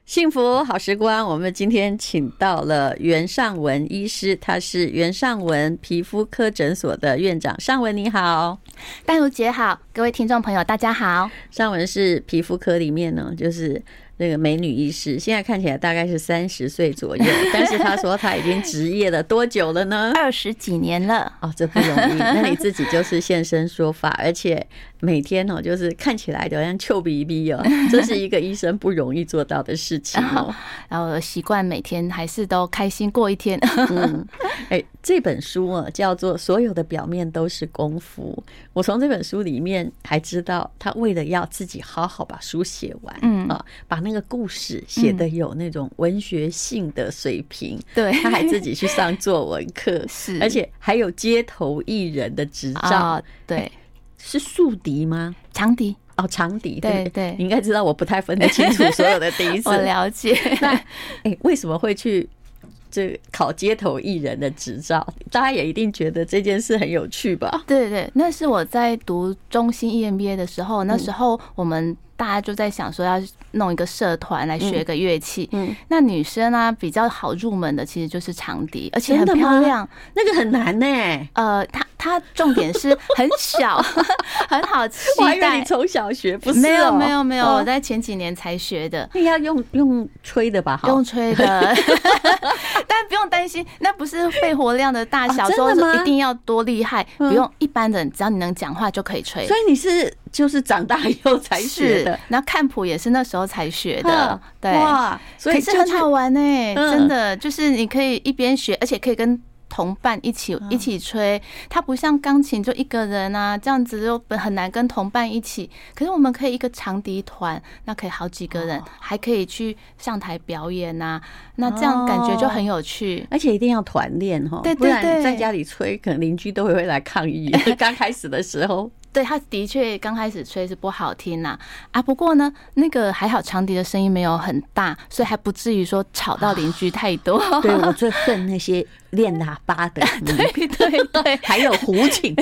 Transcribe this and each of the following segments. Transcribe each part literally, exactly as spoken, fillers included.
幸福好时光，我们今天请到了袁尚文医师，他是袁尚文皮肤科诊所的院长。尚文你好。 淡如姐好，各位听众朋友大家好。 尚文是皮肤科里面呢，就是那个美女医师，现在看起来大概是三十岁左右，但是她说她已经职业了多久了呢？ 二十几年了。 哦，这不容易。那你自己就是现身说法，而且每天哦，就是看起来好像臭逼逼哦，这是一个医生不容易做到的事情哦。 然后习惯每天还是都开心过一天。 嗯，哎，这本书啊叫做《所有的表面都是功夫》。我从这本书里面还知道，他为了要自己好好把书写完，嗯啊，把那个故事写得有那种文学性的水平，对、嗯，他还自己去上作文课，是，而且还有街头艺人的执照，哦、对。是竖笛吗？长笛哦，长笛，对 对, 对，你应该知道，我不太分得清楚所有的笛子。 我了解。 那哎，为什么会去这考街头艺人的执照？大家也一定觉得这件事很有趣吧？ 对对，那是我在读中兴 E M B A 的时候，那时候我们大家就在想说要弄一个社团来学个乐器。嗯，那女生啊比较好入门的其实就是长笛，而且很漂亮。 那个很难呢、欸。 呃，它它重点是很小，很好期待。 我还以为你从小学，不是、喔？ 没有没有没有，我在前几年才学的。 那要用用吹的吧？ 用吹的，但不用担心，那不是肺活量的大小，说一定要多厉害，不用，一般人只要你能讲话就可以吹。 所以你是就是长大以后才学的， 然后看谱也是那时候才学的，对，哇，所以可是很好玩呢、欸，真的就是你可以一边学，而且可以跟同伴一起一起吹，它不像钢琴就一个人啊，这样子就很难跟同伴一起。可是我们可以一个长笛团，那可以好几个人，还可以去上台表演啊，那这样感觉就很有趣， 而且一定要团练哈，对对对，不然在家里吹，可能邻居都会会来抗议。刚开始的时候。 对，他的确刚开始吹是不好听呐、啊，啊，不过呢，那个还好长笛的声音没有很大，所以还不至于说吵到邻居太多。 啊、对，我最恨那些练喇叭的， 对对对， 还有胡琴。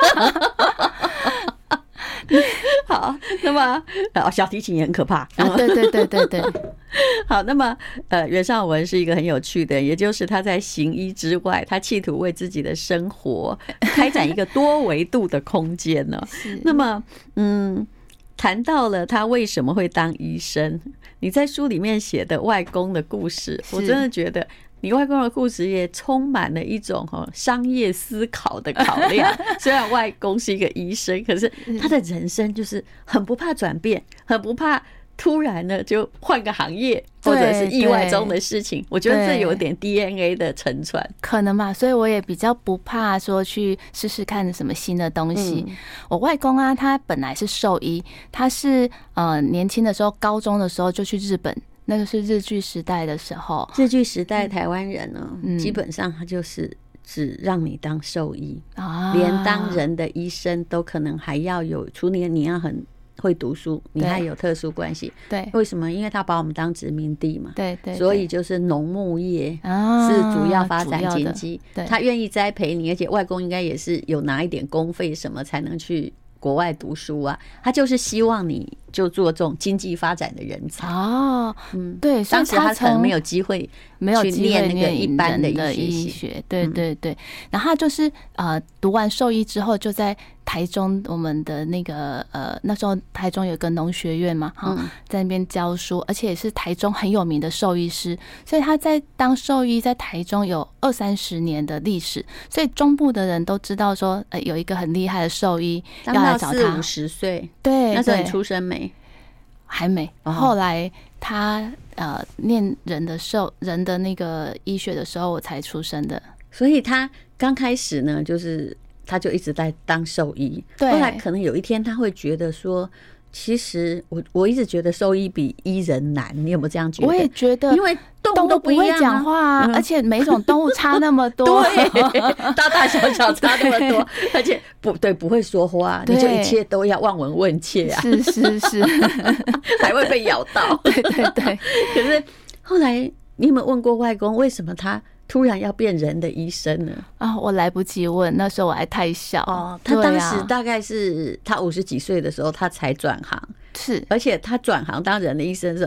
好，那么哦，小提琴也很可怕。 啊，对对对对对。 好，那么呃，袁尚文是一个很有趣的，也就是他在行医之外，他企图为自己的生活开展一个多维度的空间呢。那么，嗯，谈到了他为什么会当医生，你在书里面写的外公的故事，我真的觉得。你外公的故事也充满了一种商业思考的考量。虽然外公是一个医生，可是他的人生就是很不怕转变，很不怕突然呢就换个行业，或者是意外中的事情。我觉得这有点 D N A 的承传， 可能吧。所以我也比较不怕说去试试看什么新的东西。嗯、我外公啊，他本来是兽医，他是呃年轻的时候，高中的时候就去日本。那个是日据时代的时候， 日据时代台湾人呢、喔，嗯、基本上他就是只让你当兽医，啊、连当人的医生都可能还要有，除了你要很会读书，你还有特殊关系。对，为什么？因为他把我们当殖民地嘛，对 对, 对，所以就是农牧业是主要发展经济。对，他愿意栽培你，而且外公应该也是有拿一点公费什么才能去国外读书啊，他就是希望你就做这种经济发展的人才哦，嗯，对，当时他可能没有机会， 没有去念那个一般的医学，对对对。然后他就是呃，读完兽医之后，就在台中我们的那个呃，那时候台中有个农学院嘛，哈、嗯，在那边教书，而且也是台中很有名的兽医师，所以他在当兽医，在台中有二三十年的历史，所以中部的人都知道说，呃，有一个很厉害的兽医要来找他。 四五十岁， 对， 那时候你出生没？ 还没。后来他呃念人的兽人的那个医学的时候，我才出生的。 所以他刚开始呢，就是他就一直在当兽医。对。后来可能有一天他会觉得说，其实我我一直觉得兽医比医人难，你有没有这样觉得？ 我也觉得， 因为动物都不一样、啊、 动物不会讲话、啊嗯，而且每种动物差那么多， 对，大大小小差那么多，而且不对不会说话，你就一切都要望闻问切啊， 是是是， 还会被咬到， 对对对。 可是后来你有没有问过外公，为什么他突然要变人的医生呢？ 啊，我来不及问，那时候我还太小。哦， 他当时大概是他五十几岁的时候，他才转行。是，而且他转行当人的医生的时候，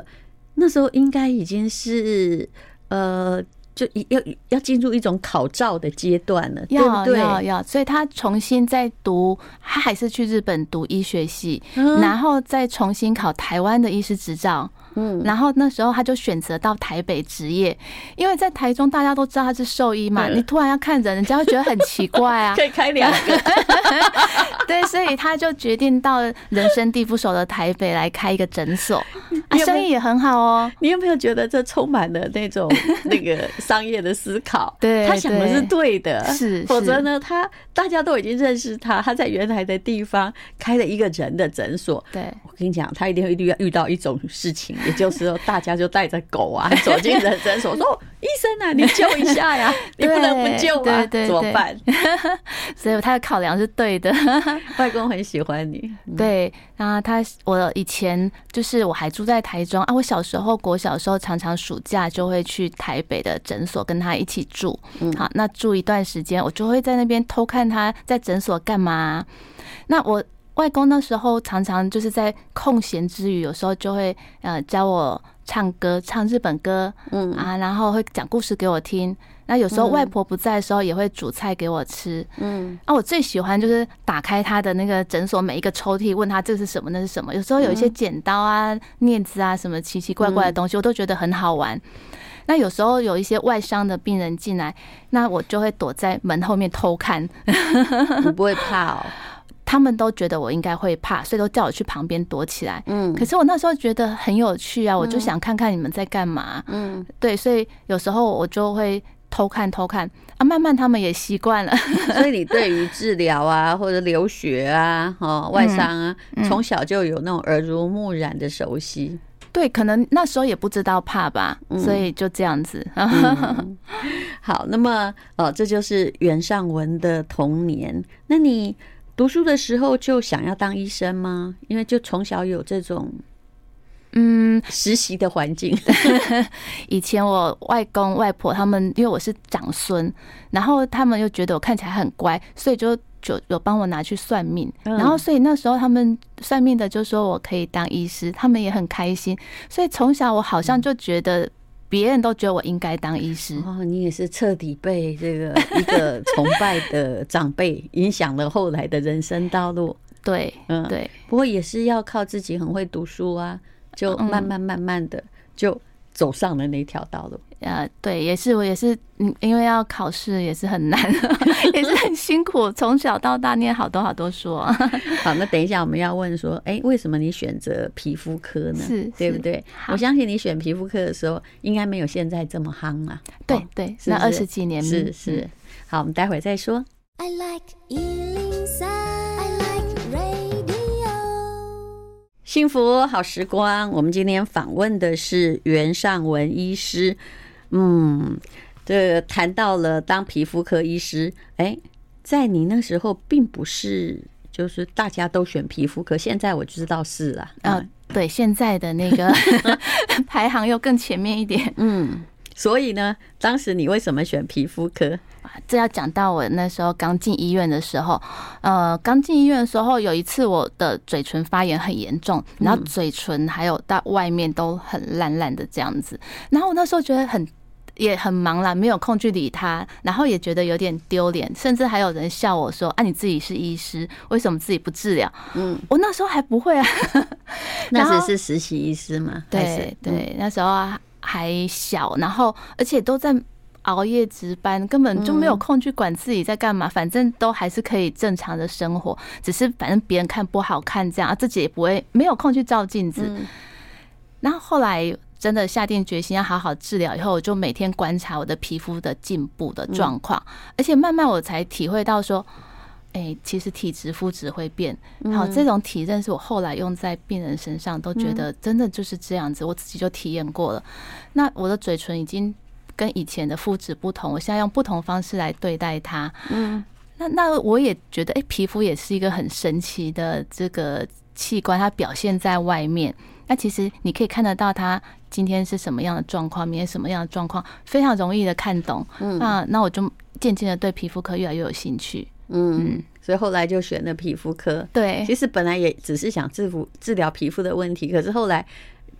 那时候应该已经是呃。就要要进入一种考照的阶段了， 要对不对？ 要要，所以他重新再读，他还是去日本读医学系，嗯、然后再重新考台湾的医师执照。嗯，然后那时候他就选择到台北执业，因为在台中大家都知道他是兽医嘛，你突然要看人，人家会觉得很奇怪啊， 可以开两个， 对，所以他就决定到人生地不熟的台北来开一个诊所，啊，生意也很好哦。 你有没有觉得这充满了那种那个商业的思考？ 对， 他想的是对的， 是， 否则呢，他大家都已经认识他，他在原来的地方开了一个人的诊所。 对， 我跟你讲，他一定会遇到遇到一种事情。也就是说，大家就带着狗啊走进人诊所，说：“医生啊，你救一下呀，你不能不救啊，怎么办？” 所以他的考量是对的。 外公很喜欢你， 对，那他我以前就是我还住在台中啊，我小时候国小的时候，常常暑假就会去台北的诊所跟他一起住。好，那住一段时间，我就会在那边偷看他在诊所干嘛。那我。外公那时候常常就是在空闲之余，有时候就会呃教我唱歌，唱日本歌，嗯啊，然后会讲故事给我听。那有时候外婆不在的时候，也会煮菜给我吃，嗯。啊，我最喜欢就是打开他的那个诊所每一个抽屉，问他这是什么，那是什么。有时候有一些剪刀啊、镊子啊，什么奇奇怪怪的东西，我都觉得很好玩。那有时候有一些外伤的病人进来，那我就会躲在门后面偷看。 你不会怕哦？ 他们都觉得我应该会怕，所以都叫我去旁边躲起来。嗯，可是我那时候觉得很有趣啊，我就想看看你们在干嘛。嗯，对，所以有时候我就会偷看偷看啊，慢慢他们也习惯了。 所以你对于治疗啊，或者流血啊、哦外伤啊，从、嗯、小就有那种耳濡目染的熟悉。 对，可能那时候也不知道怕吧，嗯、所以就这样子。 嗯、好，那么哦，这就是袁尚文的童年。那你读书的时候就想要当医生吗？因为就从小有这种嗯实习的环境。 以前我外公外婆他们，因为我是长孙，然后他们又觉得我看起来很乖，所以就就有帮我拿去算命。然后所以那时候他们算命的就说我可以当医师，他们也很开心。所以从小我好像就觉得别人都觉得我应该当医师。 哦，你也是彻底被这个一个崇拜的长辈影响了后来的人生道路。 对，嗯，对。 不过也是要靠自己很会读书啊，就慢慢慢慢的就走上了那条道路。 呃，对，也是我也是，嗯，因为要考试也是很难，也是很辛苦，从小到大念好多好多书。 好，那等一下我们要问说，哎、欸，为什么你选择皮肤科呢？ 是， 对不对？我相信你选皮肤科的时候，应该没有现在这么夯啊。 对、哦、对，是是那二十几年是是。好，我们待会儿再说。I like 一零三 I like radio 幸福好时光。我们今天访问的是袁尚文医师。嗯，这谈到了当皮肤科医师，哎，在你那时候并不是就是大家都选皮肤科，现在我知道是啦。 啊、哦，对，现在的那个排行又更前面一点。 嗯，所以呢，当时你为什么选皮肤科？ 这要讲到我那时候刚进医院的时候，呃，刚进医院的时候，有一次我的嘴唇发炎很严重，然后嘴唇还有到外面都很烂烂的这样子，然后我那时候觉得很。也很忙啦，没有空去理他，然后也觉得有点丢脸，甚至还有人笑我说：“啊，你自己是医师，为什么自己不治疗？”嗯，我那时候还不会啊， 那时是实习医师嘛？ 对对，那时候还小，然后而且都在熬夜值班，根本就没有空去管自己在干嘛，反正都还是可以正常的生活，只是反正别人看不好看这样，自己也不会没有空去照镜子。嗯、然后后来。真的下定决心要好好治疗以后，我就每天观察我的皮肤的进步的状况，嗯、而且慢慢我才体会到说，哎、欸，其实体质肤质会变。好，这种体认是我后来用在病人身上，都觉得真的就是这样子，我自己就体验过了。那我的嘴唇已经跟以前的肤质不同，我现在用不同方式来对待它。嗯，那那我也觉得，哎、欸，皮肤也是一个很神奇的这个器官，它表现在外面。那其实你可以看得到它今天是什么样的状况，明天什么样的状况，非常容易的看懂。嗯，那那我就渐渐的对皮肤科越来越有兴趣。 嗯，嗯所以后来就选了皮肤科。 对， 其实本来也只是想治治疗皮肤的问题，可是后来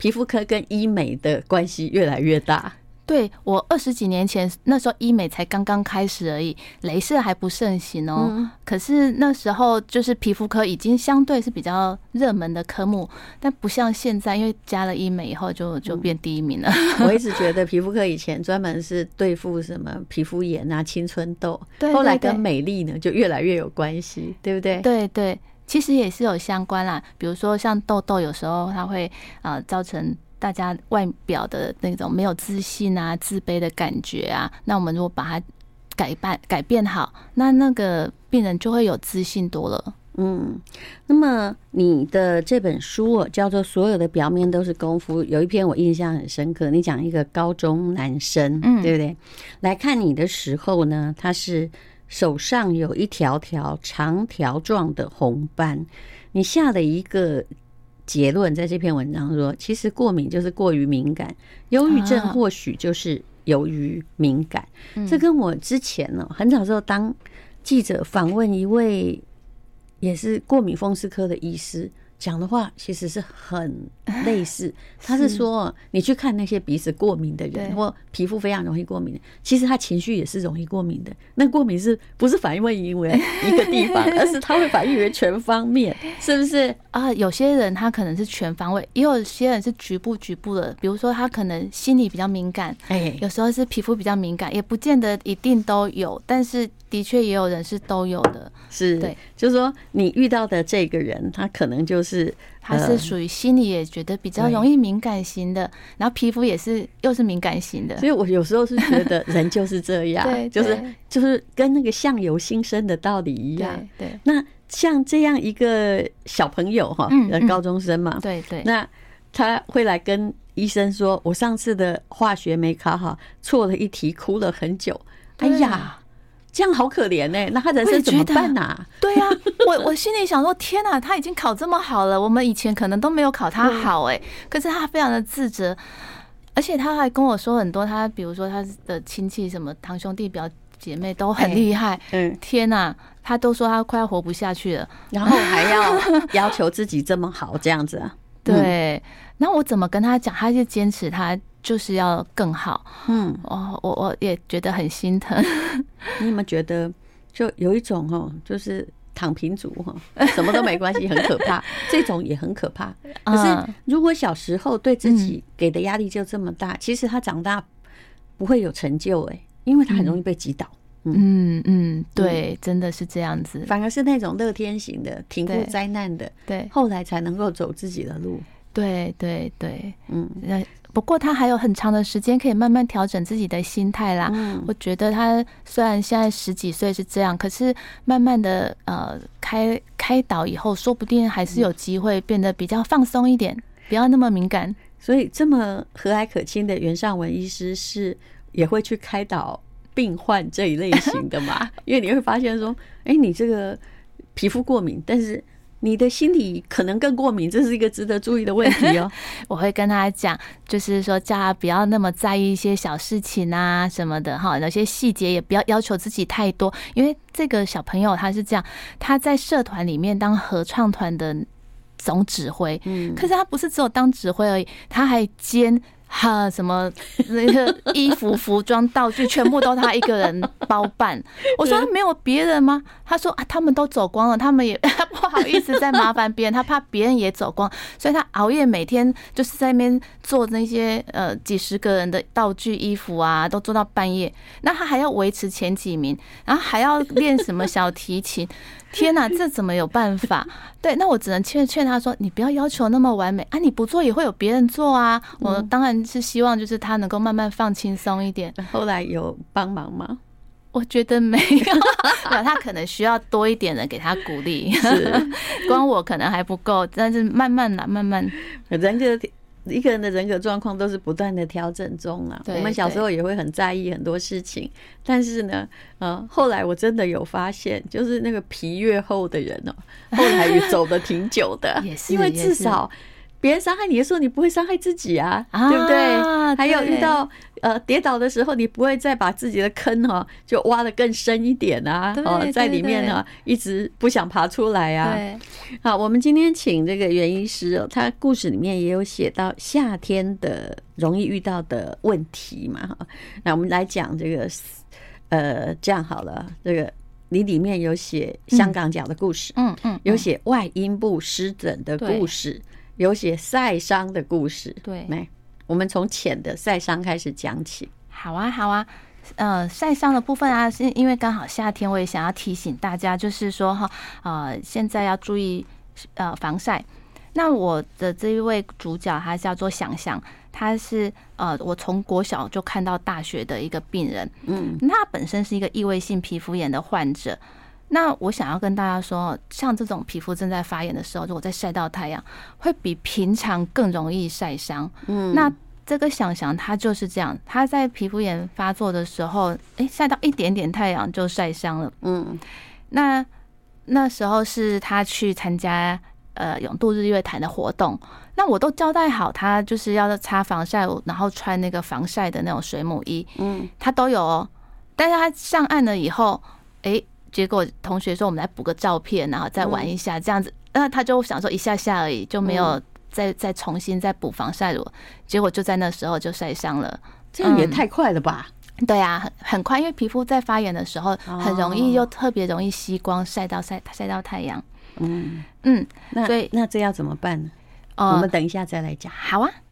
皮肤科跟医美的关系越来越大。 对，我二十几年前那时候医美才刚刚开始而已，雷射还不盛行哦、嗯。可是那时候就是皮肤科已经相对是比较热门的科目，但不像现在，因为加了医美以后就就变第一名了。 嗯、我一直觉得皮肤科以前专门是对付什么皮肤炎啊、青春痘， 对对对， 后来跟美丽呢就越来越有关系，对不对？ 对对，其实也是有相关啦。比如说像痘痘，有时候它会呃造成大家外表的那种没有自信啊、自卑的感觉啊，那我们如果把它改办改变好，那那个病人就会有自信多了。 嗯，那么你的这本书、哦、叫做《所有的表面都是功夫》，有一篇我印象很深刻，你讲一个高中男生，嗯，对不对？来看你的时候呢，他是手上有一条条长条状的红斑，你下了一个结论在这篇文章说，其实过敏就是过于敏感，忧郁症或许就是由于敏感、啊、这跟我之前呢、哦、很早时候当记者访问一位也是过敏风湿科的医师讲的话其实是很类似，他是说你去看那些鼻子过敏的人或皮肤非常容易过敏的，其实他情绪也是容易过敏的，那过敏是不是反应为因为一个地方而是他会反应为全方面，是不是啊？有些人他可能是全方位，也有些人是局部局部的，比如说他可能心理比较敏感，有时候是皮肤比较敏感，也不见得一定都有，但是的确也有人是都有的。 是，对，就是说你遇到的这个人他可能就是他是属于心理也觉得比较容易敏感型的，然后皮肤也是又是敏感型的， 所以我有时候是觉得人就是这样对，就是就是跟那个相由心生的道理一样。对，对，那像这样一个小朋友哈，嗯，高中生嘛， 对对， 那他会来跟医生说，我上次的化学没考好，错了一题，哭了很久，哎呀。这样好可怜呢、欸，那他人生怎么办啊？ 对啊，我我心里想说，天哪、啊，他已经考这么好了，我们以前可能都没有考他好哎、欸，可是他非常的自责，而且他还跟我说很多，他比如说他的亲戚什么堂兄弟表姐妹都很厉害，嗯，天哪、啊，他都说他快要活不下去了， 然后还要要求自己这么好这样子啊？ 对，那我怎么跟他讲？他就坚持他。就是要更好，嗯，我我我也觉得很心疼。 你有没有觉得，就有一种哦，就是躺平族哈，什么都没关系，很可怕，这种也很可怕。可是如果小时候对自己给的压力就这么大，其实他长大不会有成就哎，因为他很容易被击倒。 嗯嗯，对，真的是这样子。 反而是那种乐天型的、挺过灾难的，对，后来才能够走自己的路。 对对对，嗯，不过他还有很长的时间可以慢慢调整自己的心态啦。嗯，我觉得他虽然现在十几岁是这样，可是慢慢的呃开开导以后，说不定还是有机会变得比较放松一点，不要那么敏感。 所以这么和蔼可亲的袁尚文医师是也会去开导病患这一类型的嘛？因为你会发现说，哎、欸，你这个皮肤过敏，但是你的心理可能更过敏，这是一个值得注意的问题哦。 我会跟他讲，就是说叫他不要那么在意一些小事情啊什么的哈，有些细节也不要要求自己太多，因为这个小朋友他是这样，他在社团里面当合唱团的总指挥，嗯，可是他不是只有当指挥而已，他还兼哈什么那个衣服、服装、道具，全部都他一个人包办。我说没有别人吗？他说啊，他们都走光了，他们也他不好意思再麻烦别人，他怕别人也走光，所以他熬夜每天就是在那边做那些呃几十个人的道具、衣服啊，都做到半夜。那他还要维持前几名，然后还要练什么小提琴。天哪，这怎么有办法？对，那我只能劝劝他说，你不要要求那么完美啊，你不做也会有别人做啊。我当然是希望就是他能够慢慢放轻松一点。 后来有帮忙吗？ 我觉得没有，他可能需要多一点人给他鼓励。是，光我可能还不够，但是慢慢来，慢慢。 人格一个人的人格状况都是不断的调整中啊。我们小时候也会很在意很多事情，但是呢，呃，后来我真的有发现，就是那个皮越厚的人哦，后来也走得挺久的，因为至少别人伤害你的时候，你不会伤害自己啊，啊对不对？还有遇到呃跌倒的时候，你不会再把自己的坑哈、哦、就挖得更深一点啊，哦，在里面呢、啊、一直不想爬出来啊。好，我们今天请这个袁医师哦，他故事里面也有写到夏天的容易遇到的问题嘛哈。那我们来讲这个呃，这样好了，这个。你里面有写香港脚的故事，嗯嗯，有写外阴部湿疹的故事，有写晒伤的故事，对，来，我们从浅的晒伤开始讲起。 好啊，好啊，呃，晒伤的部分啊，是因为刚好夏天，我也想要提醒大家，就是说哈，呃，现在要注意呃防晒。那我的这一位主角，他叫做想想。他是呃，我从国小就看到大学的一个病人，嗯，他本身是一个异位性皮肤炎的患者。那我想要跟大家说，像这种皮肤正在发炎的时候，如果再晒到太阳，会比平常更容易晒伤。嗯，那这个想想他就是这样，他在皮肤炎发作的时候，哎，晒到一点点太阳就晒伤了。嗯，那那时候是他去参加呃永渡日月潭的活动。那我都交代好，他就是要擦防晒乳，然后穿那个防晒的那种水母衣，嗯，他都有哦。但是他上岸了以后，哎，结果同学说我们来补个照片，然后再玩一下这样子。那他就想说一下下而已，就没有再再重新再补防晒乳，结果就在那时候就晒伤了。 这样也太快了吧？ 嗯、对啊，很很快，因为皮肤在发炎的时候，很容易又特别容易吸光，晒到晒晒到太阳。 嗯嗯，那所以那这要怎么办呢？我们等一下再来讲。 好啊。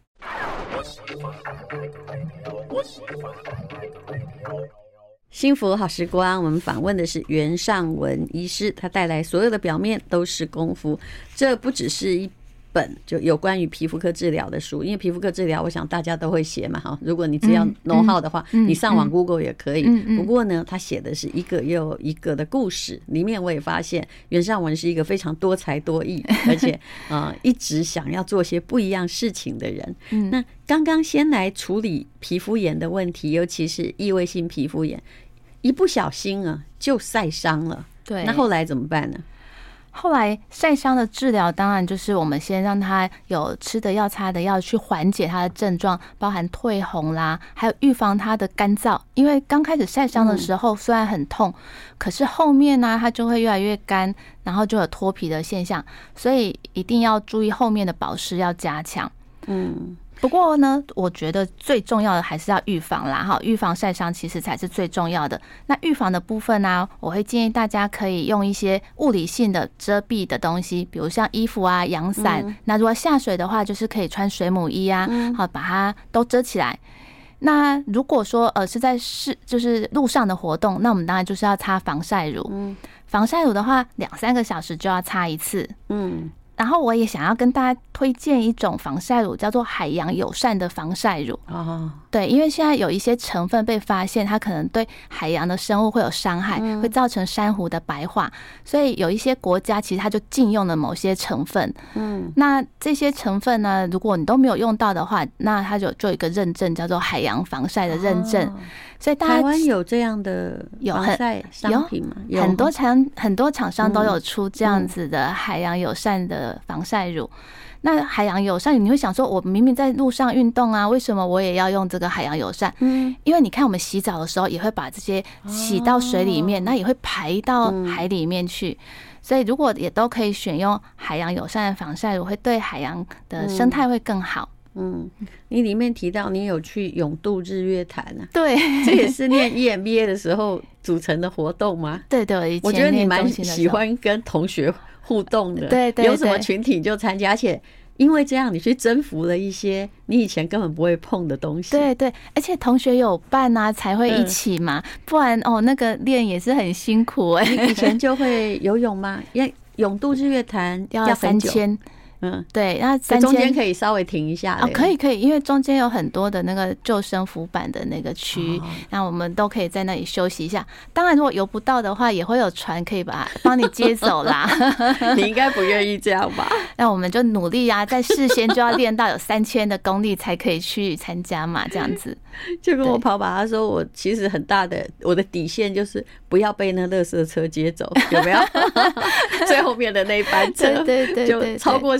幸福好时光，我们访问的是袁尚文医师，他带来所有的表面都是功夫。这不只是一本就有关于皮肤科治疗的书，因为皮肤科治疗我想大家都会写嘛哈。如果你只要 know how 的话，你上网 Google 也可以。不过呢，他写的是一个又一个的故事，里面我也发现袁尚文是一个非常多才多艺，而且呃一直想要做些不一样事情的人。那刚刚先来处理皮肤炎的问题，尤其是异位性皮肤炎，一不小心啊就晒伤了。对，那后来怎么办呢？ 后来晒伤的治疗，当然就是我们先让他有吃的药、擦的药去缓解他的症状，包含褪红啦，还有预防他的干燥。因为刚开始晒伤的时候虽然很痛，可是后面呢，它就会越来越干，然后就有脱皮的现象，所以一定要注意后面的保湿要加强。嗯。不过呢，我觉得最重要的还是要预防啦，哈，预防晒伤其实才是最重要的。那预防的部分呢、啊，我会建议大家可以用一些物理性的遮蔽的东西，比如像衣服啊、阳伞。嗯、那如果下水的话，就是可以穿水母衣啊，好、嗯、把它都遮起来。那如果说呃是在市就是路上的活动，那我们当然就是要擦防晒乳。嗯，防晒乳的话，两三个小时就要擦一次。嗯。然后我也想要跟大家推荐一种防晒乳，叫做海洋友善的防晒乳。哦，对，因为现在有一些成分被发现，它可能对海洋的生物会有伤害，嗯、会造成珊瑚的白化，所以有一些国家其实它就禁用了某些成分。嗯，那这些成分呢，如果你都没有用到的话，那它就就有一个认证，叫做海洋防晒的认证。哦，所以大家台湾有这样的防晒商品吗？ 有很多厂很多厂商都有出这样子的海洋友善的防晒乳。那海洋友善，你会想说，我明明在路上运动啊，为什么我也要用这个海洋友善？嗯，因为你看我们洗澡的时候也会把这些洗到水里面，那也会排到海里面去。所以如果也都可以选用海洋友善的防晒乳，会对海洋的生态会更好。 嗯，你里面提到你有去永渡日月潭啊？ 对， 这也是念 E M B A 的时候组成的活动吗？ 对对， 我觉得你蛮喜欢跟同学互动的， 对 对, 对， 有什么群体就参加，而且因为这样你去征服了一些你以前根本不会碰的东西。 对对，而且同学有伴啊，才会一起嘛，嗯、不然哦那个练也是很辛苦哎、 欸。你以前就会游泳吗？因为永渡日月潭要三千。嗯，对，那中间可以稍微停一下哦，可以可以，因为中间有很多的那个救生浮板的那个区，那、哦、我们都可以在那里休息一下。当然，如果游不到的话，也会有船可以把帮你接走啦。 你应该不愿意这样吧？ 那我们就努力啊，在事先就要练到有三千的功力才可以去参加嘛，这样子。 就跟我跑马拉松，我其实很大的我的底线就是不要被那垃圾车接走，有没有？最后面的那一班车， 对对对， 就超过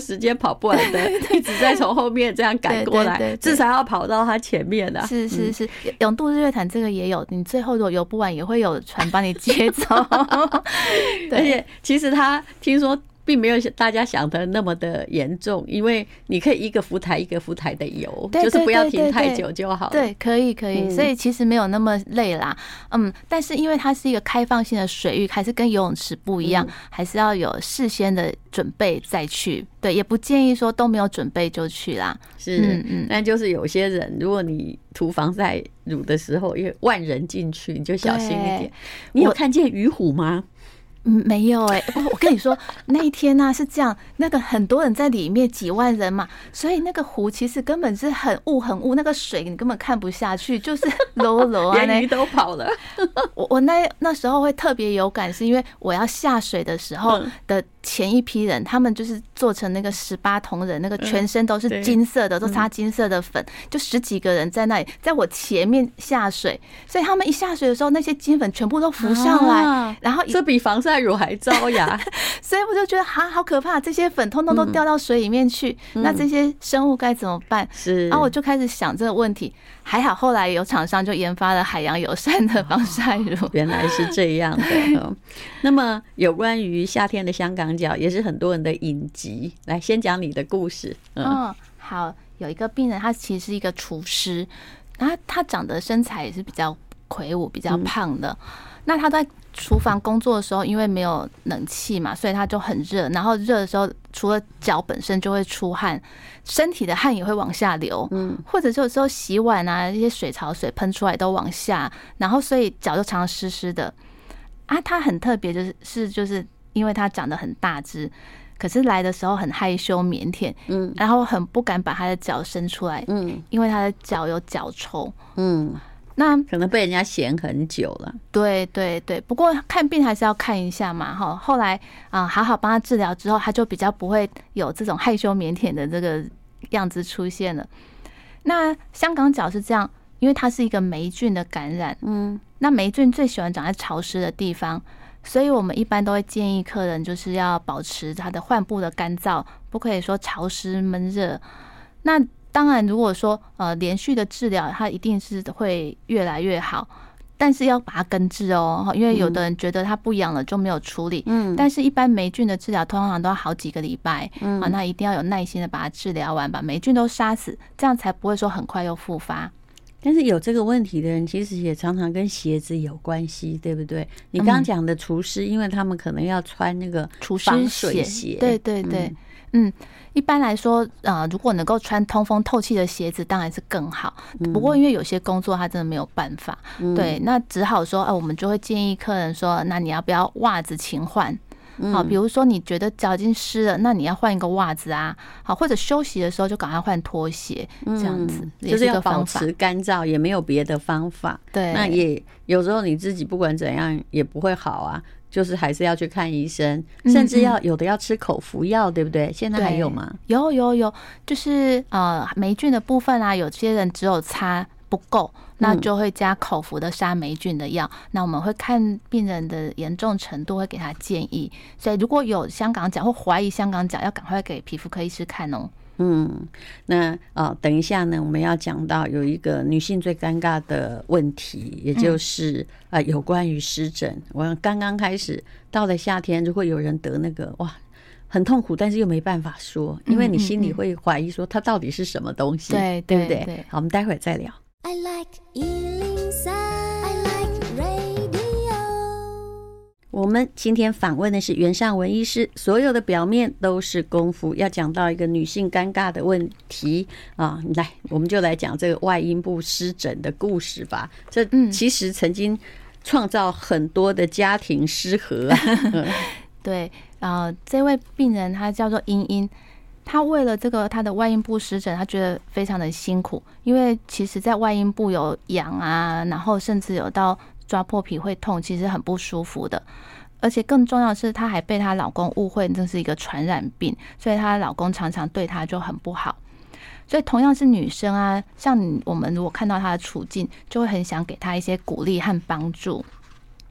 时间跑不完的，一直在从后面这样赶过来，对对对对，至少要跑到他前面啊。 是是是，嗯、泳渡日月潭这个也有，你最后如果游不完，也会有船帮你接走。 对，而且其实他听说并没有大家想的那么的严重，因为你可以一个浮台一个浮台的游，就是不要停太久就好了。 对，可以可以、嗯，所以其实没有那么累啦。嗯，但是因为它是一个开放性的水域，还是跟游泳池不一样，嗯、还是要有事先的准备再去。对，也不建议说都没有准备就去啦。 是，嗯嗯，但就是有些人，如果你涂防晒乳的时候，因为万人进去，你就小心一点。你有看见鱼虎吗？ 嗯，没有哎、欸，我跟你说，那一天呢、啊、是这样，那个很多人在里面，几万人嘛，所以那个湖其实根本是很雾很雾，那个水你根本看不下去，就是柔柔啊， 连鱼都跑了。 我我那那时候会特别有感，是因为我要下水的时候的前一批人，他们就是做成那个十八铜人，那个全身都是金色的，都擦金色的粉，就十几个人在那里，在我前面下水，所以他们一下水的时候，那些金粉全部都浮上来，然后这比防晒乳还招牙， 所以我就觉得哈好可怕，这些粉通通都掉到水里面去，嗯、那这些生物该怎么办？ 是， 然后我就开始想这个问题。还好后来有厂商就研发了海洋友善的防晒乳， 哦、原来是这样的。那么有关于夏天的香港脚，也是很多人的隐疾。来，先讲你的故事。 嗯，哦、好，有一个病人，他其实是一个厨师，然后他长得身材也是比较魁梧、比较胖的。嗯、那他在厨房工作的时候，因为没有冷气嘛，所以他就很热。然后热的时候，除了脚本身就会出汗，身体的汗也会往下流。嗯，或者有时候洗碗啊，这些水槽水喷出来都往下，然后所以脚就常常湿湿的。啊，他很特别，就是是就是因为他长得很大只，可是来的时候很害羞腼腆，嗯，然后很不敢把他的脚伸出来，嗯，因为他的脚有脚臭，嗯。那可能被人家嫌很久了。 对对对，不过看病还是要看一下嘛，哈。后来啊、呃，好好帮他治疗之后，他就比较不会有这种害羞腼腆的这个样子出现了。那香港脚是这样，因为它是一个霉菌的感染，嗯，那霉菌最喜欢长在潮湿的地方，所以我们一般都会建议客人就是要保持他的患部的干燥，不可以说潮湿闷热。那当然，如果说呃连续的治疗，它一定是会越来越好，但是要把它根治哦，因为有的人觉得它不痒了就没有处理，嗯，但是一般霉菌的治疗通常都要好几个礼拜，嗯，啊，那一定要有耐心的把它治疗完，把霉菌都杀死，这样才不会说很快又复发。 但是有这个问题的人，其实也常常跟鞋子有关系，对不对？你刚刚讲的厨师，因为他们可能要穿那个防水鞋， 对对对。嗯嗯，一般来说，呃，如果能够穿通风透气的鞋子，当然是更好。不过，因为有些工作他真的没有办法，嗯、对，那只好说，呃，我们就会建议客人说，那你要不要袜子勤换？好，比如说你觉得脚已经湿了，那你要换一个袜子啊，好，或者休息的时候就赶快换拖鞋，这样子、嗯、 就是要保持干燥，也没有别的方法。 对， 那也有时候你自己不管怎样也不会好啊。就是还是要去看医生，甚至要有的要吃口服药，对不对？现在还有吗？ 有有有，就是呃霉菌的部分啊，有些人只有擦不够，那就会加口服的杀霉菌的药。嗯、那我们会看病人的严重程度，会给他建议。所以如果有香港脚或怀疑香港脚，要赶快给皮肤科医师看哦。 嗯，那啊，等一下呢，我们要讲到有一个女性最尴尬的问题，也就是啊、呃，有关于湿疹。我刚刚开始到了夏天，如果有人得那个哇，很痛苦，但是又没办法说，因为你心里会怀疑说它到底是什么东西， 对对不对？ 对， 好，我们待会儿再聊。 I like 一零三 I like radio。 我们今天访问的是袁尚文医师，所有的表面都是功夫。要讲到一个女性尴尬的问题啊，来，我们就来讲这个外阴部湿疹的故事吧。这其实曾经创造很多的家庭失和啊。 对，呃，这位病人他叫做茵茵，他为了这个他的外阴部湿疹，他觉得非常的辛苦，因为其实在外阴部有痒啊，然后甚至有到抓破皮会痛，其实很不舒服的。而且更重要的是，她还被她老公误会这是一个传染病，所以她老公常常对她就很不好。所以同样是女生啊，像我们如果看到她的处境，就会很想给她一些鼓励和帮助。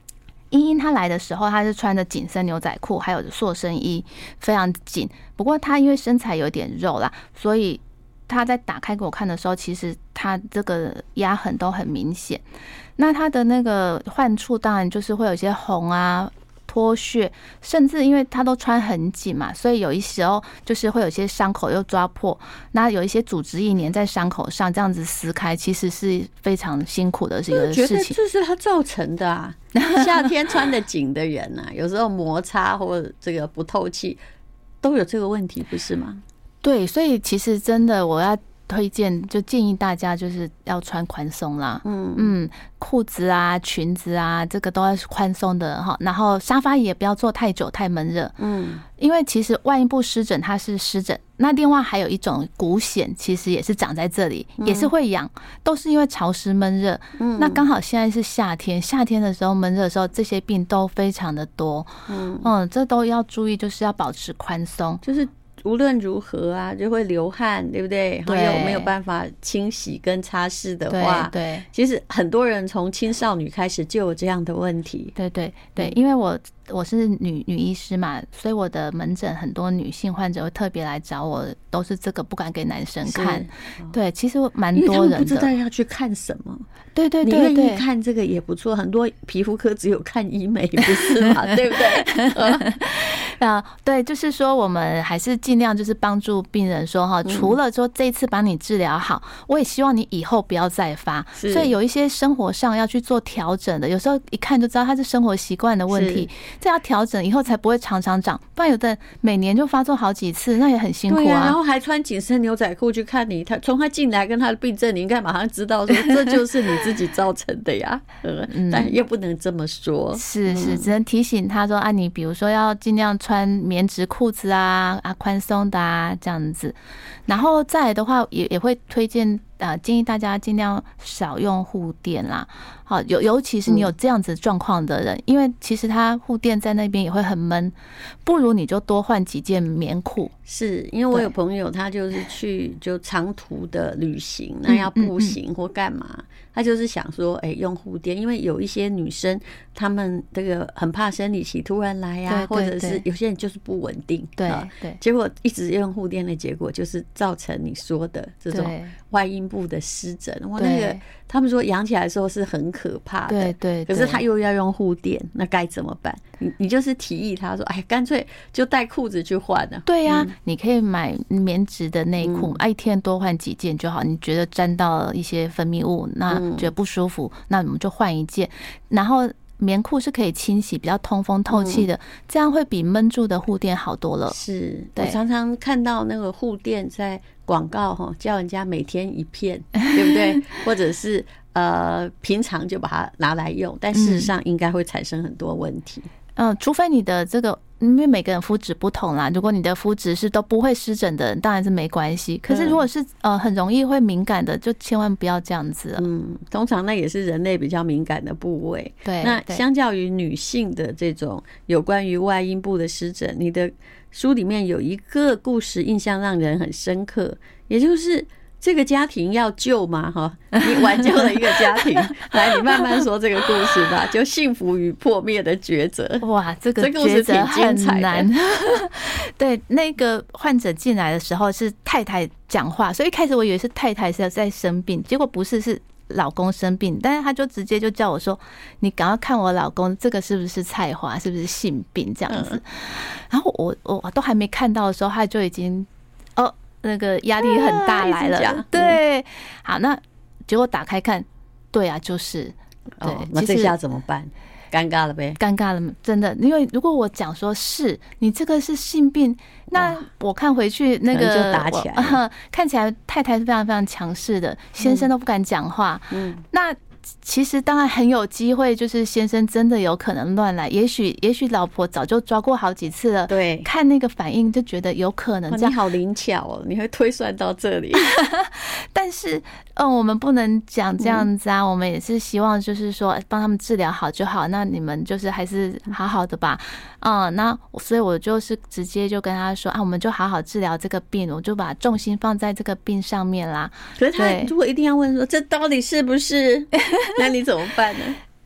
英英她来的时候，她是穿着紧身牛仔裤，还有塑身衣，非常紧。不过她因为身材有点肉啦，所以她在打开给我看的时候，其实她这个压痕都很明显。那她的那个患处当然就是会有一些红啊、脱屑，甚至因为她都穿很紧嘛，所以有一时候就是会有一些伤口又抓破，那有一些组织液粘在伤口上，这样子撕开，其实是非常辛苦的一个事情。 我觉得这是它造成的啊。夏天穿得紧的人啊，有时候摩擦或者这个不透气，都有这个问题，不是吗？ 对，所以其实真的我要推荐，就建议大家就是要穿宽松啦，嗯嗯，裤子啊、裙子啊，这个都要宽松的哈。然后沙发也不要坐太久、太闷热，嗯，因为其实外阴部湿疹它是湿疹，那另外还有一种骨癣，其实也是长在这里，也是会痒，都是因为潮湿闷热。嗯，那刚好现在是夏天，夏天的时候闷热的时候，这些病都非常的多，嗯嗯，这都要注意，就是要保持宽松， 就是。无论如何啊，就会流汗，对不对？还有没有办法清洗跟擦拭的话， 对，对其实很多人从青少女开始就有这样的问题。 对对对，因为我我是女女医师嘛，所以我的门诊很多女性患者会特别来找我，都是这个不敢给男生看。对，其实蛮多人的， 不知道要去看什么。 对对对对， 你愿意看这个也不错。很多皮肤科只有看医美，不是嘛？对不对？ 啊，对，就是说我们还是尽量就是帮助病人说哈，除了说这一次帮你治疗好，我也希望你以后不要再发。所以有一些生活上要去做调整的，有时候一看就知道他是生活习惯的问题，这要调整以后才不会常常长，不然有的每年就发作好几次，那也很辛苦啊。 对啊，然后还穿紧身牛仔裤去看你，他从他进来跟他的病症，你应该马上知道说这就是你自己造成的呀。嗯，但又不能这么说， 是是，只能提醒他说啊，你比如说要尽量穿棉质裤子啊啊，宽松的啊这样子，然后再来的话也也会推荐啊、呃，建议大家尽量少用护垫啦。好，尤尤其是你有这样子状况的人，因为其实他护垫在那边也会很闷，不如你就多换几件棉裤。 是因为我有朋友，他就是去就长途的旅行，那要步行或干嘛，他就是想说，哎、欸，用护垫，因为有一些女生她们这个很怕生理期突然来呀、啊，或者是有些人就是不稳定， 对对， 结果一直用护垫的结果就是造成你说的这种外阴部的湿疹。哇，那个他们说养起来的时候是很可怕的， 对 对, 对， 可是他又要用护垫，那该怎么办？你你就是提议他说，哎，干脆就带裤子去换了。 对呀、啊嗯，你可以买棉质的内裤，嗯、一天多换几件就好。你觉得沾到一些分泌物，那觉得不舒服，嗯、那我们就换一件。然后棉裤是可以清洗，比较通风透气的，嗯、这样会比闷住的护垫好多了。 是，我常常看到那个护垫在广告哈，叫人家每天一片，对不对？或者是呃平常就把它拿来用，但事实上应该会产生很多问题。 嗯，除非你的这个，因为每个人肤质不同啦。如果你的肤质是都不会湿疹的人，当然是没关系。可是如果是呃很容易会敏感的，就千万不要这样子了。 嗯，通常那也是人类比较敏感的部位。 对， 那相较于女性的这种有关于外阴部的湿疹，你的书里面有一个故事印象让人很深刻，也就是这个家庭要救吗？哈，你挽救了一个家庭，来，你慢慢说这个故事吧，就幸福与破灭的抉择。 哇，这个抉择很难。对，那个患者进来的时候是太太讲话，所以一开始我以为是太太是在生病，结果不是，是老公生病，但是他就直接就叫我说：“你赶快看我老公，这个是不是菜花，是不是性病这样子？”嗯、然后我我都还没看到的时候，他就已经哦。那个压力很大来了，啊、对，好，那结果打开看，对啊，就是，对， 哦、那这下怎么办？尴尬了呗， 尴尬了，真的，因为如果我讲说是你这个是性病，那我看回去那个就打起来了、 呃，看起来太太是非常非常强势的，先生都不敢讲话，嗯，那。其实当然很有机会，就是先生真的有可能乱来，也许也许老婆早就抓过好几次了， 对， 看那个反应就觉得有可能这样。 你好灵巧哦，你会推算到这里。 但是，嗯，我们不能讲这样子啊，我们也是希望就是说帮他们治疗好就好。那你们就是还是好好的吧，嗯，那所以我就是直接就跟他说啊，我们就好好治疗这个病，我就把重心放在这个病上面啦。 可是他如果一定要问说这到底是不是？那你怎么办呢？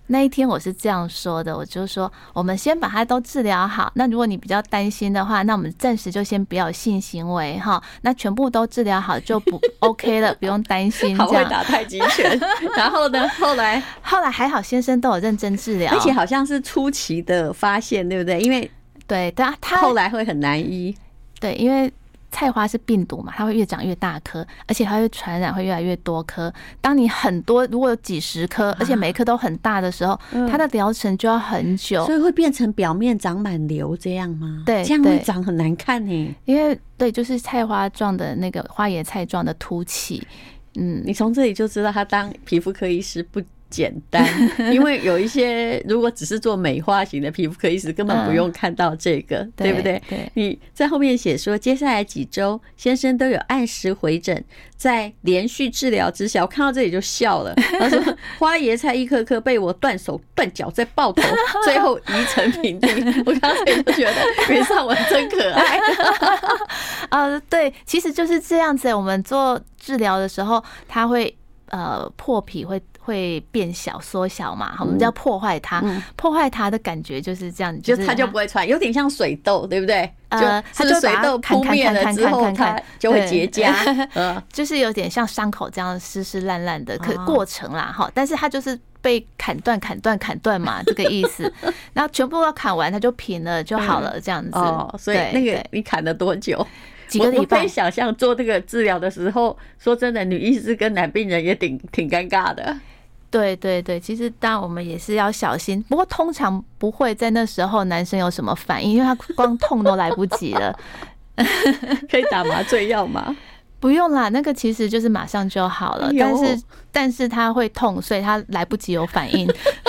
那一天我是这样说的，我就说我们先把它都治疗好，那如果你比较担心的话，那我们暂时就先不要有性行为哈，那全部都治疗好就不 OK 了，不用担心。 好会打太极拳。然后呢，后来后来还好，先生都有认真治疗， 而且好像是初期的发现，对不对？因为对，但他后来会很难医。 对，因为菜花是病毒嘛，它会越长越大颗，而且它会传染，会越来越多颗。当你很多如果有几十颗，而且每一颗都很大的时候， 嗯它的疗程就要很久， 所以会变成表面长满瘤这样吗？ 对， 这样会长很难看呢。 因为对，就是菜花状的那个花椰菜状的凸起。嗯， 你从这里就知道他当皮肤科医师不简单，因为有一些如果只是做美化型的皮肤科医师，根本不用看到这个，嗯、对不对？ 对， 你在后面写说，接下来几周先生都有按时回诊，在连续治疗之下，我看到这里就笑了。他说花椰菜一颗颗被我断手断脚再爆头，最后移成平地。我刚才就觉得袁尚文真可爱。 呃，对，其实就是这样子。我们做治疗的时候，它会呃破皮会。会变小缩小嘛，我们就要破坏它、嗯、破坏它的感觉就是这样， 就它就不会传，有点像水痘，对不对？ 呃， 它就水痘扑灭了之后，它就会结痂， 嗯，就是有点像伤口这样湿湿烂烂的可过程啦，哈，但是它就是被砍断、砍断、砍断嘛，这个意思。然后全部都砍完，它就平了就好了，这样子。 哦，所以那个你砍了多久？ 几个礼拜？ 我可以想象做这个治疗的时候，说真的，女医师跟男病人也挺挺尴尬的。 对对对，其实当然我们也是要小心，不过通常不会在那时候男生有什么反应，因为他光痛都来不及了。 可以打麻醉药吗？ 不用啦，那个其实就是马上就好了，但是但是他会痛，所以他来不及有反应。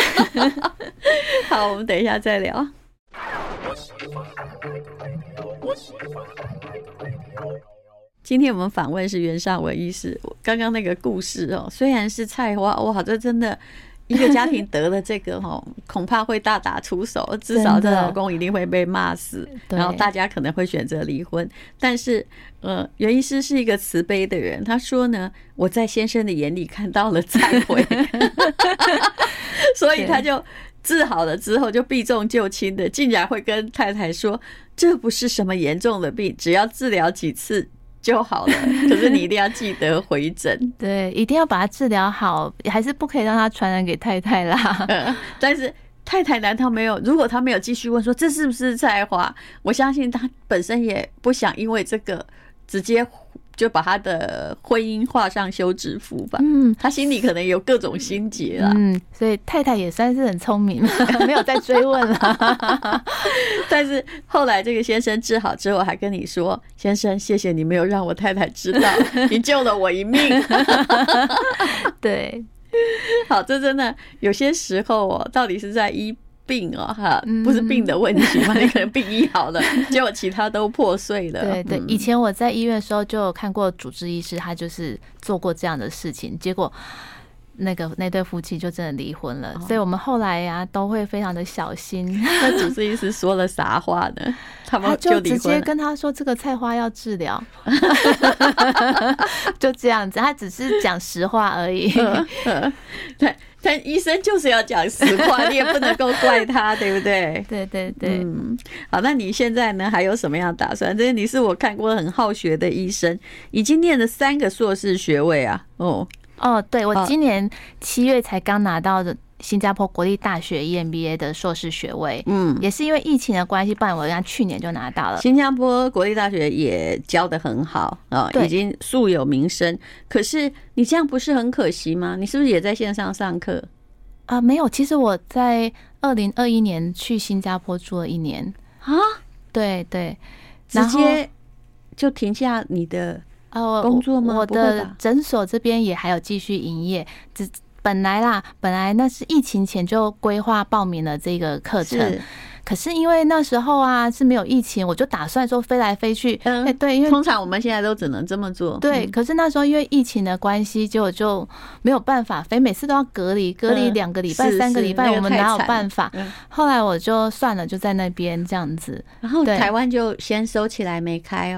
好，我们等一下再聊。今天我们访问是袁尚文医师。刚刚那个故事哦，虽然是菜花，哇，这真的一个家庭得了这个哦，恐怕会大打出手，至少这老公一定会被骂死，然后大家可能会选择离婚。但是呃，袁医师是一个慈悲的人，他说呢，我在先生的眼里看到了忏悔，所以他就治好了之后就避重就轻的，竟然会跟太太说，这不是什么严重的病，只要治疗几次就好了，可是你一定要记得回诊。 对，一定要把它治疗好，还是不可以让它传染给太太啦。 嗯、但是太太难道没有？如果他没有继续问说这是不是菜花，我相信他本身也不想因为这个直接就把他的婚姻画上休止符吧。嗯，他心里可能有各种心结啦。 嗯，所以太太也算是很聪明，没有再追问了。 但是后来这个先生治好之后，还跟你说：“先生，谢谢你没有让我太太知道，你救了我一命。” 对， 好，这真的有些时候哦，到底是在医病哦，哈，不是病的问题嘛？你可能病医好了，结果其他都破碎了。 对对，以前我在医院的时候就有看过主治医师，他就是做过这样的事情，结果那个那对夫妻就真的离婚了。所以我们后来呀都会非常的小心。 那主治医师说了啥话呢？他们就直接跟他说这个菜花要治疗，就这样子，他只是讲实话而已。 对。但医生就是要讲实话，你也不能够怪他，对不对？ 对对对， 嗯，好，那你现在呢？还有什么样的打算？这你是我看过很好学的医生，已经念了三个硕士学位啊。哦哦，对，我今年七月才刚拿到的新加坡国立大学 E M B A 的硕士学位，嗯，也是因为疫情的关系，不然我人家去年就拿到了。 新加坡国立大学也教得很好啊，已经素有名声。可是你这样不是很可惜吗？你是不是也在线上上课啊？没有，其实我在二零二一年去新加坡住了一年啊， 对对， 直接就停下你的工作吗？ 我的诊所这边也还有继续营业，只。本来啦，本来那是疫情前就规划报名了这个课程，可是因为那时候啊是没有疫情，我就打算说飞来飞去。嗯，对，因为通常我们现在都只能这么做。 对，可是那时候因为疫情的关系，结果就没有办法飞，每次都要隔离，隔离两个礼拜、三个礼拜，我们哪有办法？后来我就算了，就在那边这样子。 然后台湾就先收起来没开哦。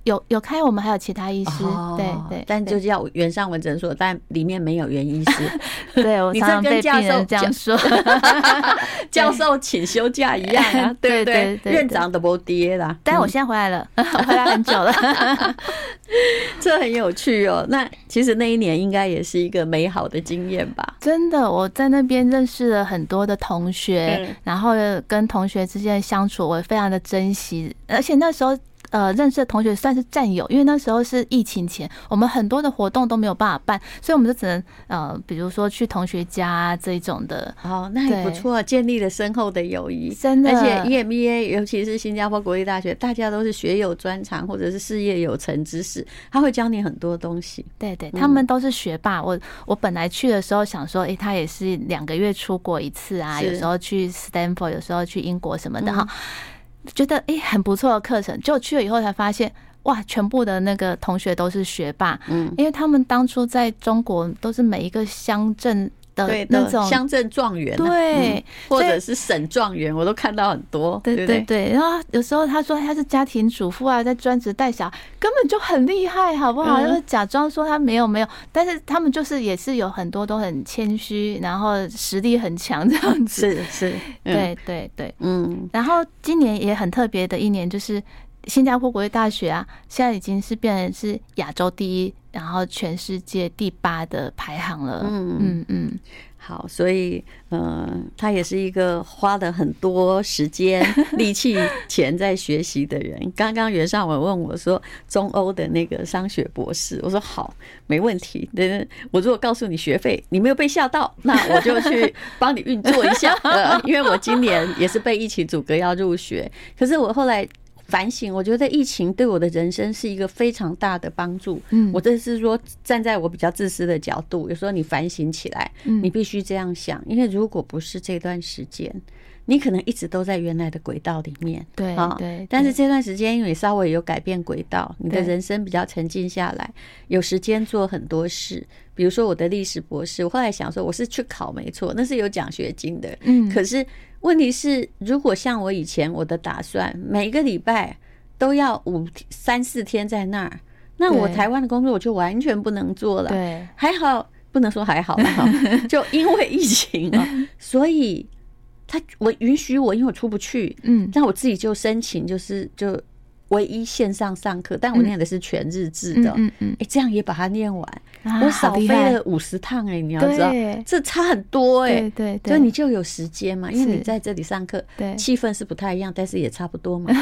有有开，我们还有其他医师， 哦、 对对， 但就叫袁尚文诊所，但里面没有袁医师。 对，我常常被病人这样说， 教授请休假一样啊，对不对？ 对， 院长的不跌啦。 但我现在回来了，我回来很久了， 这很有趣哦。那其实那一年应该也是一个美好的经验吧？ 真的，我在那边认识了很多的同学，嗯、然后跟同学之间的相处，我非常的珍惜，而且那时候。呃，认识的同学算是战友，因为那时候是疫情前，我们很多的活动都没有办法办，所以我们就只能呃，比如说去同学家这一种的。 哦，那还不错，建立了深厚的友谊， 真的。 而且 E M B A， 尤其是新加坡国立大学，大家都是学有专长或者是事业有成之士，他会教你很多东西。 对对，他们都是学霸。我我本来去的时候想说，哎、欸，他也是两个月出国一次啊，有时候去 Stanford， 有时候去英国什么的哈。嗯，觉得哎、欸、很不错的课程，结果去了以后才发现，哇，全部的那个同学都是学霸，嗯，因为他们当初在中国都是每一个乡镇的那种乡镇状元， 对、嗯， 或者是省状元，我都看到很多， 对对 对, 对。然后有时候他说他是家庭主妇啊，在专职带小孩，根本就很厉害，好不好？就是假装说他没有没有，但是他们就是也是有很多都很谦虚，然后实力很强这样子， 是是， 嗯、对对对，嗯。然后今年也很特别的一年，就是新加坡国立大学啊，现在已经是变成是亚洲第一，然后全世界第八的排行了。嗯嗯嗯， 好，所以呃，他也是一个花了很多时间、力气、钱在学习的人。刚刚袁尚文问我说，中欧的那个商学博士，我说好，没问题。我如果告诉你学费，你没有被吓到，那我就去帮你运作一下。呃，因为我今年也是被疫情阻隔要入学，可是我后来反省，我觉得疫情对我的人生是一个非常大的帮助。嗯，我这是说站在我比较自私的角度，有时候你反省起来，你必须这样想，因为如果不是这段时间，你可能一直都在原来的轨道里面。 对对。 但是这段时间因为稍微有改变轨道，你的人生比较沉静下来，有时间做很多事。比如说我的历史博士，我后来想说我是去考没错，那是有奖学金的。嗯，可是问题是，如果像我以前我的打算，每一个礼拜都要五三四天在那儿，那我台湾的工作我就完全不能做了。 对， 还好不能说还好了，就因为疫情啊，所以他我允许我，因为我出不去，嗯，那我自己就申请，就是就唯一线上上课，但我念的是全日制的，嗯嗯，哎，这样也把它念完，我少飞了五十趟，哎，你要知道，这差很多，哎， 对对， 就你就有时间嘛，因为你在这里上课，对，气氛是不太一样，但是也差不多嘛，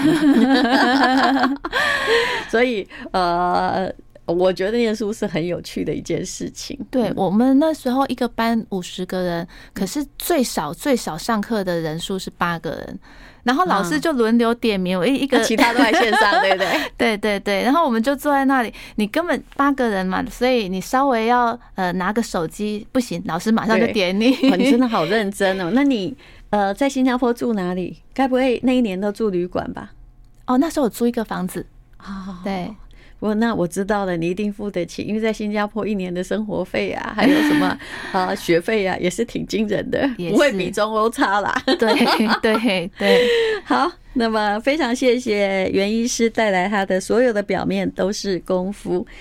所以呃。我觉得念书是很有趣的一件事情。 对，我们那时候一个班五十个人，可是最少最少上课的人数是八个人，然后老师就轮流点名，我一个其他都在线上，对不对？ 对对对，然后我们就坐在那里，你根本八个人嘛，所以你稍微要呃拿个手机不行，老师马上就点你。 哦，你真的好认真哦。那你呃在新加坡住哪里？该不会那一年都住旅馆吧？ 哦，那时候我租一个房子。哦，对。 我那我知道了，你一定付得起，因为在新加坡一年的生活费啊，还有什么啊学费啊，也是挺惊人的，不会比中欧差啦。 对对对， 好，那么非常谢谢袁医师带来他的所有的表面都是功夫。